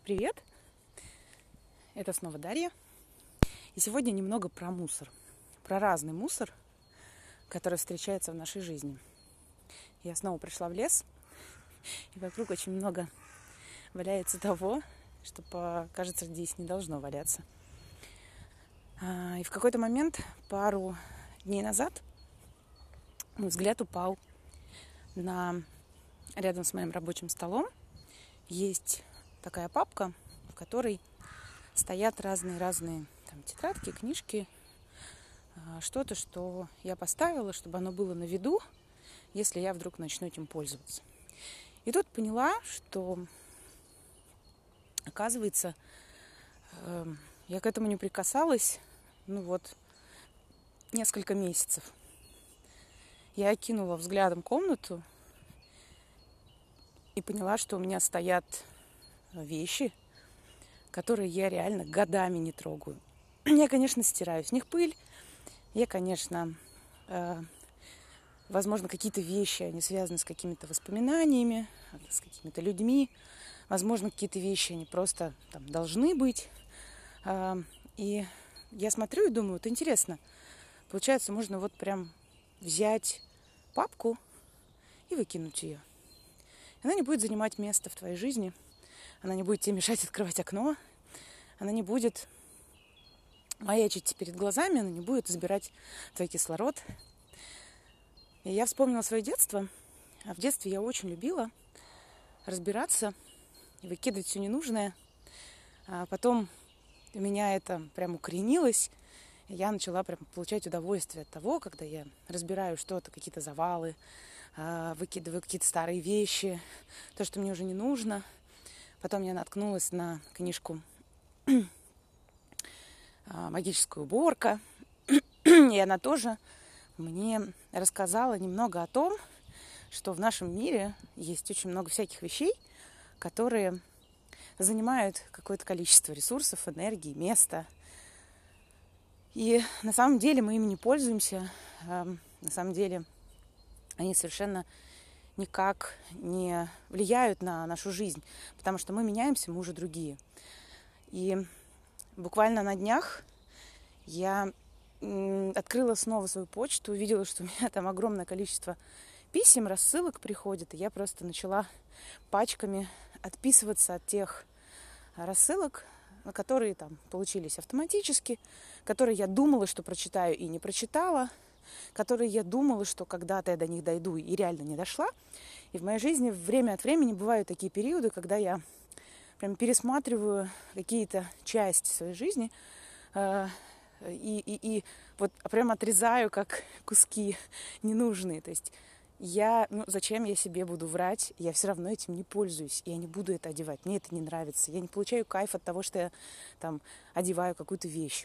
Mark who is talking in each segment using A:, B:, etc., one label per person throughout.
A: Привет! Это снова Дарья. И сегодня немного про мусор. Про разный мусор, который встречается в нашей жизни. Я снова пришла в лес, и вокруг очень много валяется того, что, кажется, здесь не должно валяться. И в какой-то момент, пару дней назад, мой взгляд упал на... Рядом с моим рабочим столом есть такая папка, в которой стоят разные там тетрадки, книжки, что-то, что я поставила, чтобы оно было на виду, если я вдруг начну этим пользоваться. И тут поняла, что, оказывается, я к этому не прикасалась, несколько месяцев. Я окинула взглядом комнату и поняла, что у меня стоят вещи, которые я реально годами не трогаю. Я, конечно, стираю с них пыль. Я, конечно, возможно, какие-то вещи, они связаны с какими-то воспоминаниями, с какими-то людьми. Возможно, какие-то вещи, они просто там должны быть. И я смотрю и думаю, вот интересно. Получается, можно вот прям взять папку и выкинуть ее. Она не будет занимать место в твоей жизни. Она не будет тебе мешать открывать окно. Она не будет маячить перед глазами. Она не будет забирать твой кислород. И я вспомнила свое детство. А в детстве я очень любила разбираться и выкидывать все ненужное. А потом у меня это прям укоренилось. И я начала прям получать удовольствие от того, когда я разбираю что-то, какие-то завалы, выкидываю какие-то старые вещи, то, что мне уже не нужно. Потом я наткнулась на книжку «Магическая уборка». И она тоже мне рассказала немного о том, что в нашем мире есть очень много всяких вещей, которые занимают какое-то количество ресурсов, энергии, места. И на самом деле мы ими не пользуемся. На самом деле они совершенно никак не влияют на нашу жизнь, потому что мы меняемся, мы уже другие. И буквально на днях я открыла снова свою почту, увидела, что у меня там огромное количество писем, рассылок приходит, и я просто начала пачками отписываться от тех рассылок, которые там получились автоматически, которые я думала, что прочитаю и не прочитала, которые я думала, что когда-то я до них дойду и реально не дошла. И в моей жизни время от времени бывают такие периоды, когда я прям пересматриваю какие-то части своей жизни и вот прям отрезаю как куски ненужные. То есть зачем я себе буду врать? Я все равно этим не пользуюсь. Я не буду это одевать. Мне это не нравится. Я не получаю кайф от того, что я там одеваю какую-то вещь.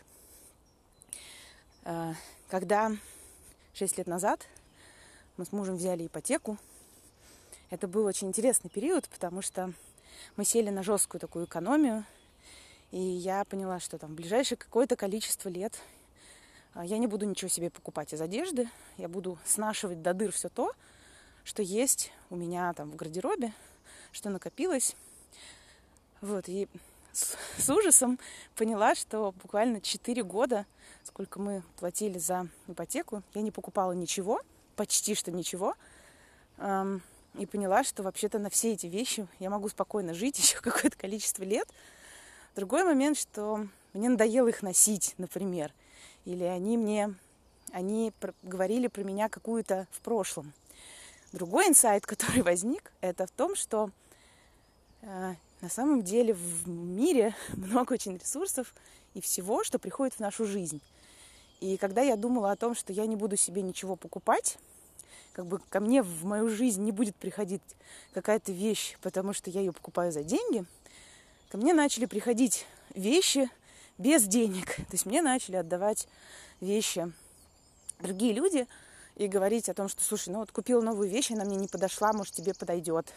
A: Когда 6 лет назад мы с мужем взяли ипотеку, это был очень интересный период, потому что мы сели на жесткую такую экономию, и я поняла, что там в ближайшее какое-то количество лет я не буду ничего себе покупать из одежды, я буду снашивать до дыр все то, что есть у меня там в гардеробе, что накопилось. И с ужасом поняла, что буквально 4 года, сколько мы платили за ипотеку, я не покупала ничего, почти что ничего, и поняла, что вообще-то на все эти вещи я могу спокойно жить еще какое-то количество лет. Другой момент, что мне надоело их носить, например, или они говорили про меня какую-то в прошлом. Другой инсайт, который возник, это в том, что на самом деле в мире много очень ресурсов и всего, что приходит в нашу жизнь. И когда я думала о том, что я не буду себе ничего покупать, как бы ко мне в мою жизнь не будет приходить какая-то вещь, потому что я ее покупаю за деньги, ко мне начали приходить вещи без денег. То есть мне начали отдавать вещи другие люди и говорить о том, что, слушай, купила новую вещь, она мне не подошла, может, тебе подойдет.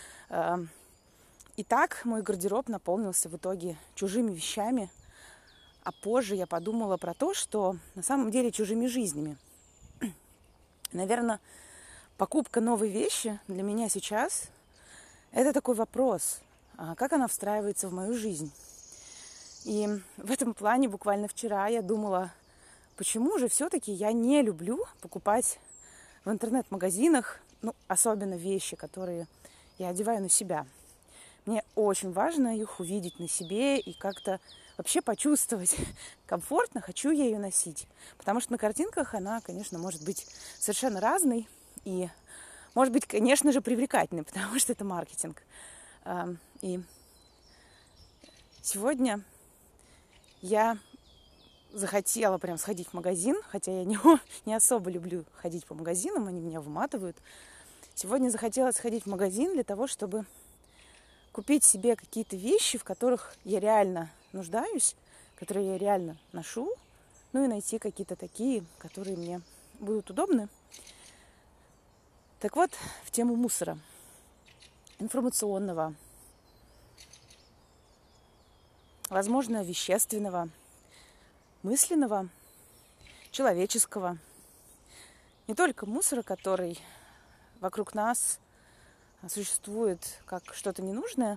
A: И так мой гардероб наполнился в итоге чужими вещами. А позже я подумала про то, что на самом деле чужими жизнями. Наверное, покупка новой вещи для меня сейчас – это такой вопрос. как она встраивается в мою жизнь. И в этом плане буквально вчера я думала, почему же все-таки я не люблю покупать в интернет-магазинах, особенно вещи, которые я одеваю на себя. Мне очень важно их увидеть на себе и как-то вообще почувствовать комфортно, хочу я ее носить. Потому что на картинках она, конечно, может быть совершенно разной и может быть, конечно же, привлекательной, потому что это маркетинг. И сегодня я захотела прям сходить в магазин, хотя я не особо люблю ходить по магазинам, они меня выматывают. Сегодня захотела сходить в магазин для того, чтобы купить себе какие-то вещи, в которых я реально нуждаюсь, которые я реально ношу, и найти какие-то такие, которые мне будут удобны. Так вот, в тему мусора информационного, возможно, вещественного, мысленного, человеческого. Не только мусора, который вокруг нас существует как что-то ненужное,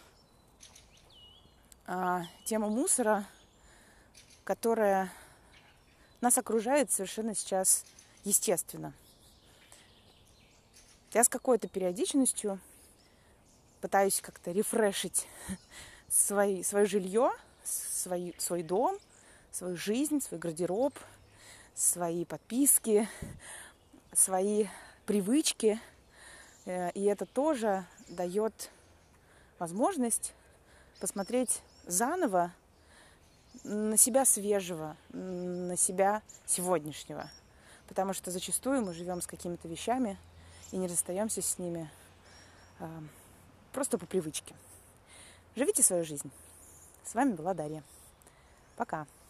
A: а тема мусора, которая нас окружает совершенно сейчас естественно. Я с какой-то периодичностью пытаюсь как-то рефрешить свое жилье, свой дом, свою жизнь, свой гардероб, свои подписки, свои привычки. И это тоже дает возможность посмотреть заново на себя свежего, на себя сегодняшнего. Потому что зачастую мы живем с какими-то вещами и не расстаемся с ними просто по привычке. Живите свою жизнь. С вами была Дарья. Пока.